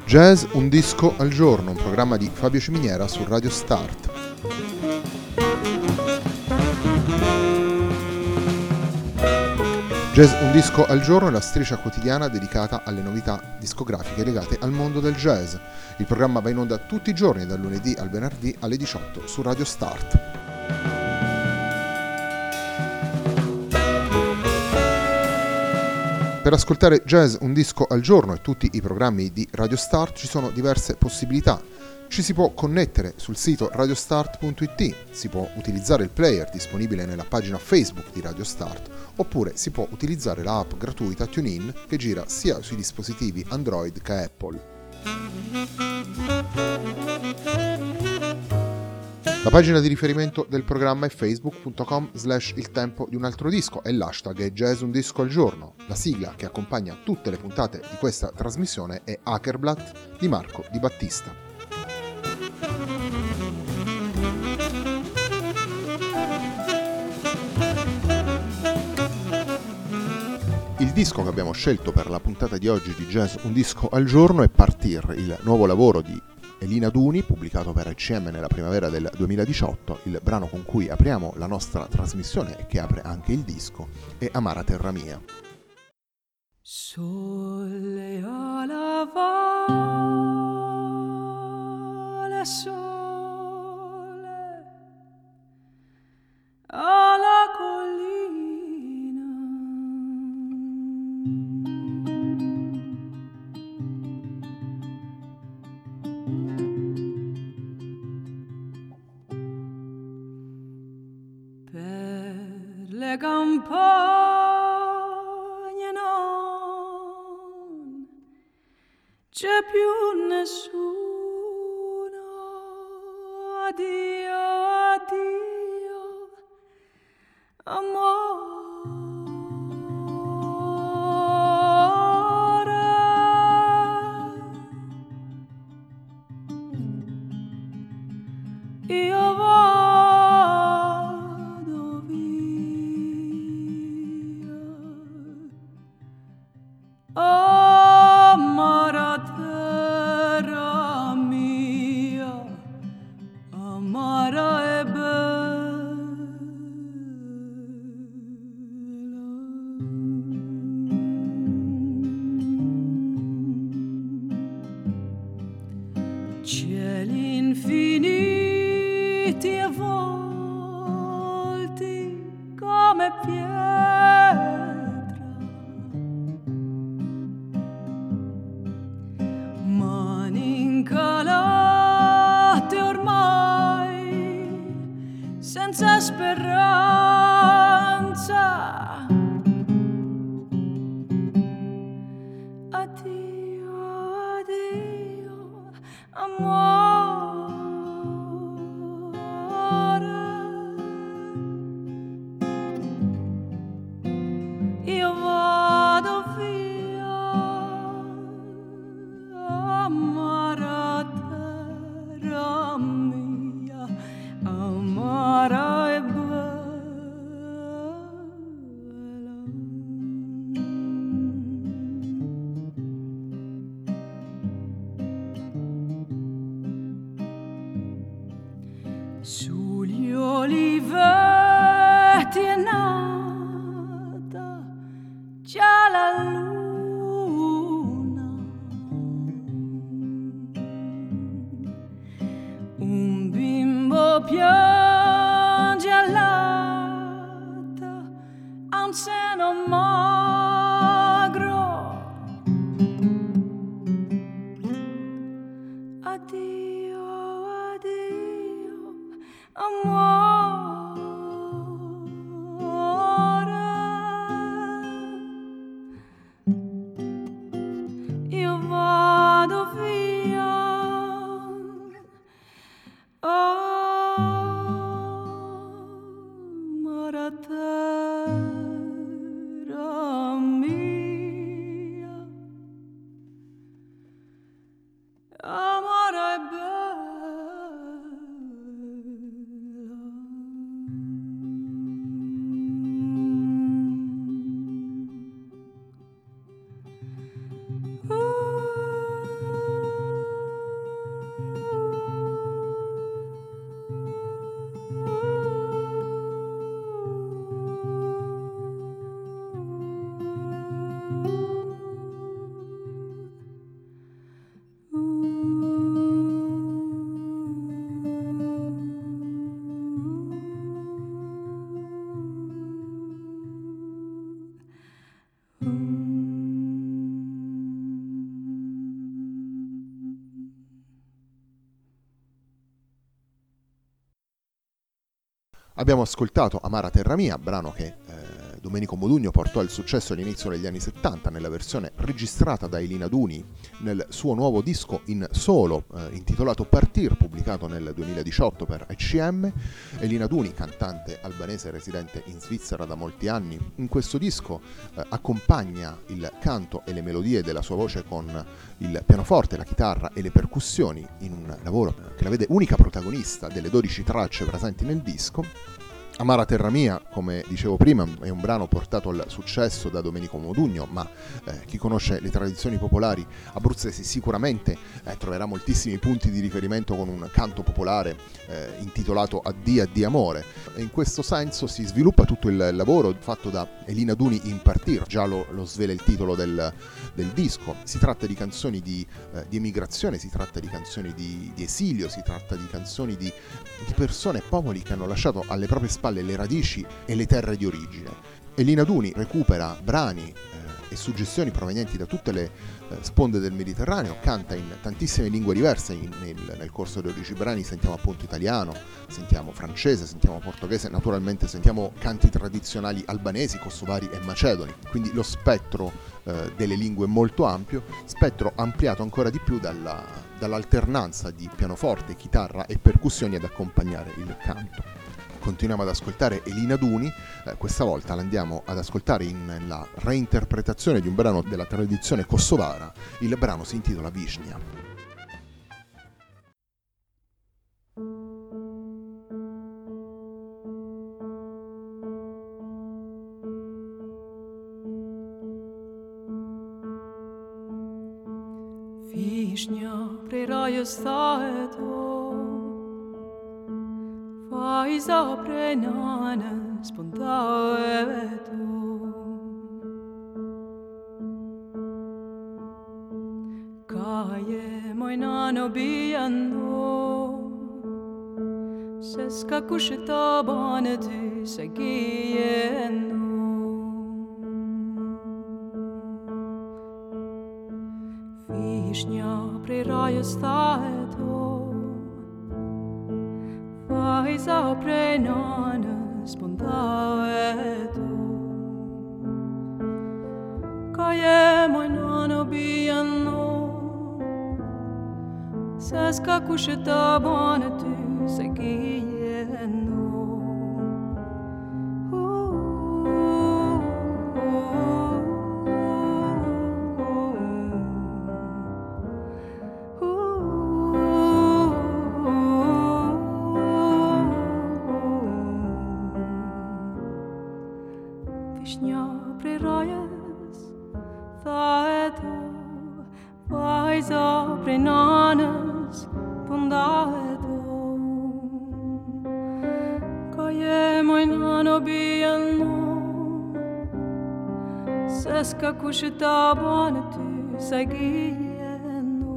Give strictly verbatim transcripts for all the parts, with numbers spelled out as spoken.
Jazz un disco al giorno, un programma di Fabio Ciminiera su Radio Start. Jazz un disco al giorno è la striscia quotidiana dedicata alle novità discografiche legate al mondo del jazz. Il programma va in onda tutti i giorni, dal lunedì al venerdì alle diciotto su Radio Start. Per ascoltare Jazz un disco al giorno e tutti i programmi di Radio Start ci sono diverse possibilità. Ci si può connettere sul sito radiostart punto it, si può utilizzare il player disponibile nella pagina Facebook di Radio Start, oppure si può utilizzare la app gratuita TuneIn che gira sia sui dispositivi Android che Apple. La pagina di riferimento del programma è facebook punto com slash il tempo di un altro disco e l'hashtag è Jazz un disco al giorno. La sigla che accompagna tutte le puntate di questa trasmissione è Akerblatt di Marco Di Battista. Il disco che abbiamo scelto per la puntata di oggi di Jazz un disco al giorno è Partir, il nuovo lavoro di Elina Duni, pubblicato per E C M nella primavera del duemiladiciotto. Il brano con cui apriamo la nostra trasmissione e che apre anche il disco è Amara Terra Mia. Sole alla valle, sole alla collina, per le campagne non c'è più nessuno. Addio, addio, amore. Io vado via, amara terra mia, amara e bella. Cieli infiniti e volti come pietra, mani incalate ormai senza speranza. Addio, addio, amore. Io vado via, amara terra mia, amara e bella. Sugli oliveti è nata già la luna, un bimbo piange all'alta a un seno magro. Addio, addio, amore. Io vado via, amara terra Abbiamo ascoltato Amara Terra Mia, brano che eh, Domenico Modugno portò al successo all'inizio degli anni settanta nella versione registrata da Elina Duni nel suo nuovo disco in solo eh, intitolato Partir, pubblicato nel duemiladiciotto per E C M. Elina Duni, cantante albanese residente in Svizzera da molti anni, in questo disco eh, accompagna il canto e le melodie della sua voce con il pianoforte, la chitarra e le percussioni in un lavoro che la vede unica protagonista delle dodici tracce presenti nel disco. Amara Terra Mia, come dicevo prima, è un brano portato al successo da Domenico Modugno, ma eh, chi conosce le tradizioni popolari abruzzesi sicuramente eh, troverà moltissimi punti di riferimento con un canto popolare eh, intitolato Addio Addio Amore. E in questo senso si sviluppa tutto il lavoro fatto da Elina Duni in Partir, già lo, lo svela il titolo del, del disco. Si tratta di canzoni di, eh, di emigrazione, si tratta di canzoni di, di esilio, si tratta di canzoni di, di persone e popoli che hanno lasciato alle proprie spalle le radici e le terre di origine. Elina Duni recupera brani eh, e suggestioni provenienti da tutte le eh, sponde del Mediterraneo, canta in tantissime lingue diverse, in, nel, nel corso dei dodici brani sentiamo appunto italiano, sentiamo francese, sentiamo portoghese, naturalmente sentiamo canti tradizionali albanesi, kosovari e macedoni, quindi lo spettro eh, delle lingue è molto ampio, spettro ampliato ancora di più dalla, dall'alternanza di pianoforte, chitarra e percussioni ad accompagnare il canto. Continuiamo ad ascoltare Elina Duni, eh, questa volta la andiamo ad ascoltare in, nella reinterpretazione di un brano della tradizione kosovara. Il brano si intitola Vishnia. Vishnia prej rajës thahet o, fajza prej nanës po ndahet o. Ka je moj nano bijan o, se s'ka kush e ta banë ty se gijen o. Vishnja prej rajës thahet o, fajza prej nanës po ndahet o. Ka je moj nano bijan o, se s'ka kush e ta banë ty se gijen o. Vishnja prej rajës thahet o, vajza prej nanës po ndahet o. Ka je moj nano bijan o, se s'ka kush e ta banë ty se gijen o.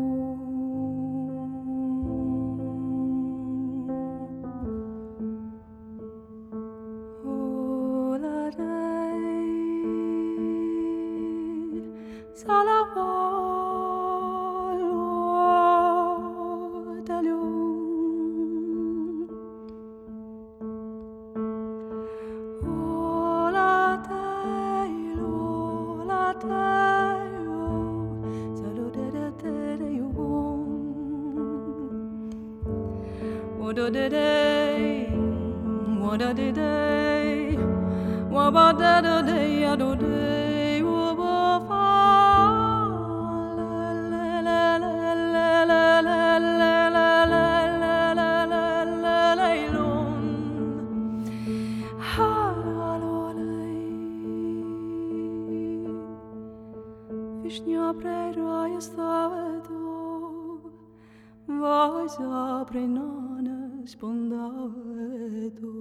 Vishnja prej rajës thahet o, vajza prej nanës po ndahet o.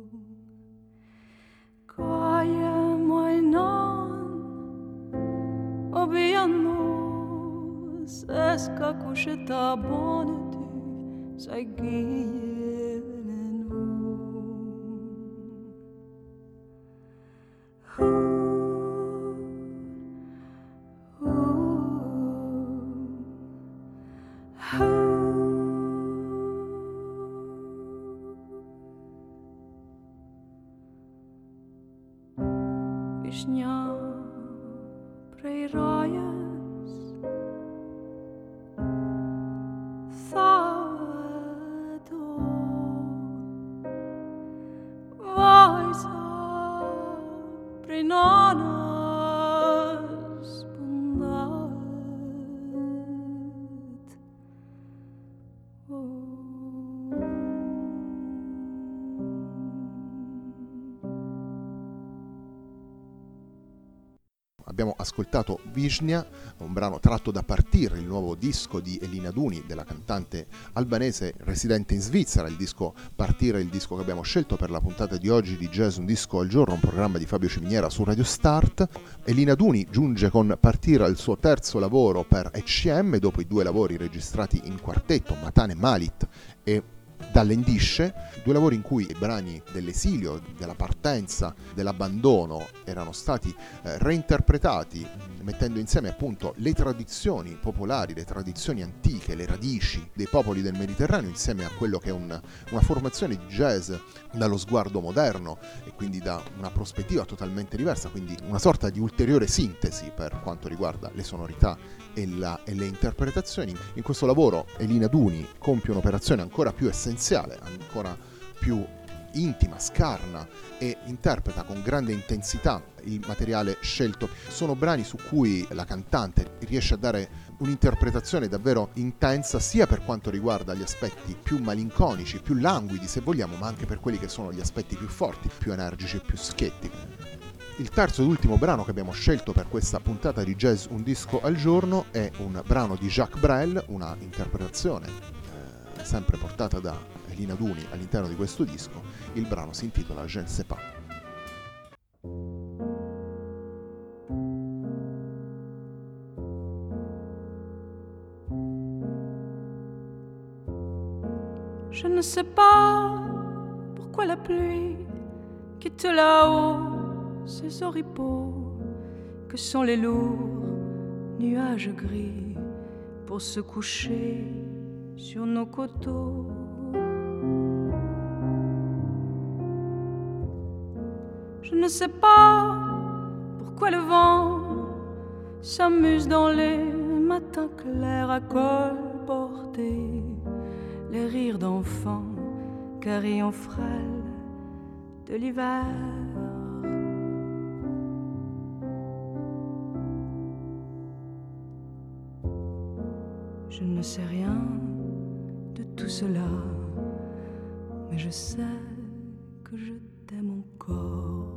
Ka je moj nan o bijan o, se s'ka kush e ta banë ty se gijen o. Višnja prejrajes Thado Vajza prenanas bundat Abbiamo ascoltato Vishnia, un brano tratto da Partire, il nuovo disco di Elina Duni, della cantante albanese residente in Svizzera. Il disco Partire è il disco che abbiamo scelto per la puntata di oggi di Jazz Un Disco al Giorno, un programma di Fabio Ciminiera su Radio Start. Elina Duni giunge con Partire al suo terzo lavoro per E C M, dopo i due lavori registrati in quartetto, Matane Malit e Dall'Endisce, due lavori in cui i brani dell'esilio, della partenza, dell'abbandono erano stati eh, reinterpretati, mettendo insieme appunto le tradizioni popolari, le tradizioni antiche, le radici dei popoli del Mediterraneo, insieme a quello che è un, una formazione di jazz dallo sguardo moderno e quindi da una prospettiva totalmente diversa, quindi una sorta di ulteriore sintesi per quanto riguarda le sonorità e, la, e le interpretazioni. In questo lavoro Elina Duni compie un'operazione ancora più essenziale, ancora più intima, scarna, e interpreta con grande intensità il materiale scelto. Sono brani su cui la cantante riesce a dare un'interpretazione davvero intensa, sia per quanto riguarda gli aspetti più malinconici, più languidi se vogliamo, ma anche per quelli che sono gli aspetti più forti, più energici e più schietti. Il terzo ed ultimo brano che abbiamo scelto per questa puntata di Jazz Un Disco al Giorno è un brano di Jacques Brel, una interpretazione eh, sempre portata da Elina Duni all'interno di questo disco. Il brano si intitola Je ne sais pas. Je ne sais pas pourquoi la pluie quitte là-haut ces oripeaux que sont les lourds nuages gris pour se coucher sur nos coteaux. Je ne sais pas pourquoi le vent s'amuse dans les matins clairs à colporter les rires d'enfants carillons frêles de l'hiver. Je ne sais rien de tout cela, mais je sais que je t'aime encore.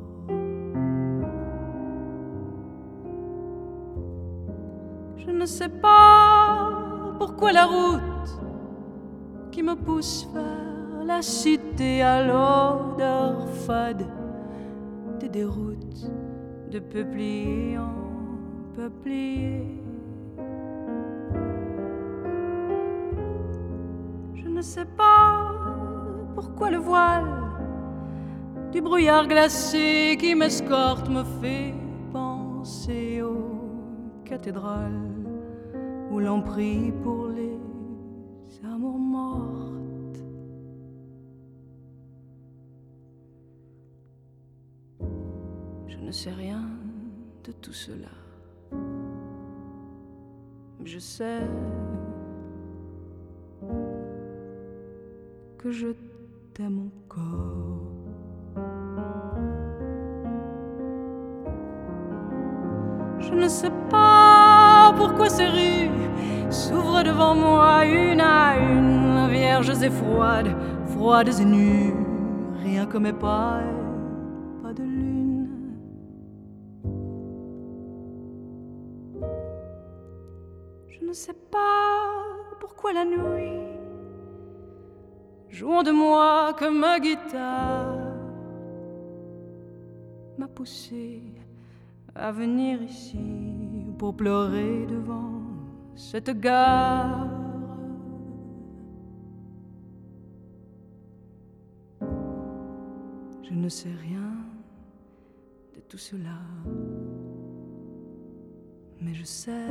Je ne sais pas pourquoi la route qui me pousse vers la cité à l'odeur fade te déroute de peuplier en peuplier. Je ne sais pas pourquoi le voile du brouillard glacé qui m'escorte me fait penser aux cathédrales où l'on prie pour les amours mortes. Je ne sais rien de tout cela, mais je sais que je t'aime encore. Je ne sais pas pourquoi ces rues s'ouvrent devant moi une à une, vierges et froides, froides et nues, rien que mes pas, pas de lune. Je ne sais pas pourquoi la nuit jouant de moi comme ma guitare m'a poussé à venir ici pour pleurer devant cette gare. Je ne sais rien de tout cela, mais je sais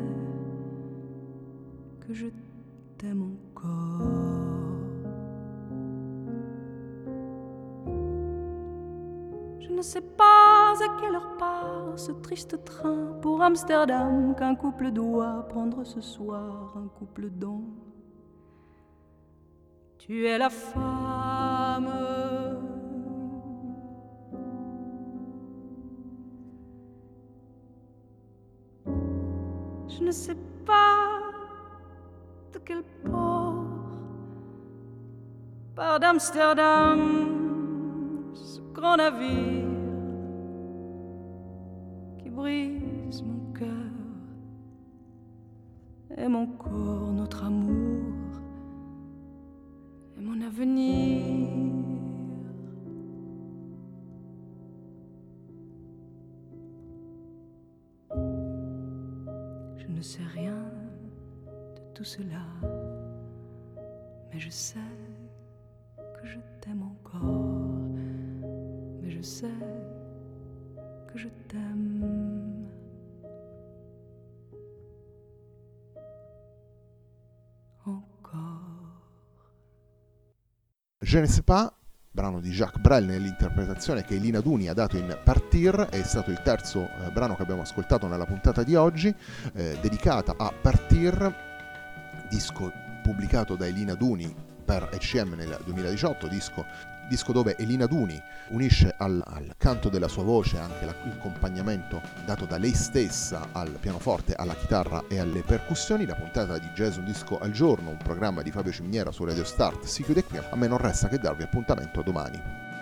que je t'aime encore. Je ne sais pas voir à quelle heure part ce triste train pour Amsterdam qu'un couple doit prendre ce soir, un couple dont tu es la femme. Je ne sais pas de quel port part d'Amsterdam ce grand navire qui brise mon cœur et mon corps, notre amour et mon avenir. Je ne sais rien de tout cela, mais je sais que je t'aime encore, mais je sais que je t'aime encore. Je ne sais pas, brano di Jacques Brel nell'interpretazione che Elina Duni ha dato in Partir, è stato il terzo eh, brano che abbiamo ascoltato nella puntata di oggi, eh, dedicata a Partir, disco pubblicato da Elina Duni per E C M nel duemiladiciotto, disco, disco dove Elina Duni unisce al, al canto della sua voce anche la, l'accompagnamento dato da lei stessa al pianoforte, alla chitarra e alle percussioni. La puntata di Jazz Un Disco al Giorno, un programma di Fabio Ciminiera su Radio Start, si chiude qui. A me non resta che darvi appuntamento a domani.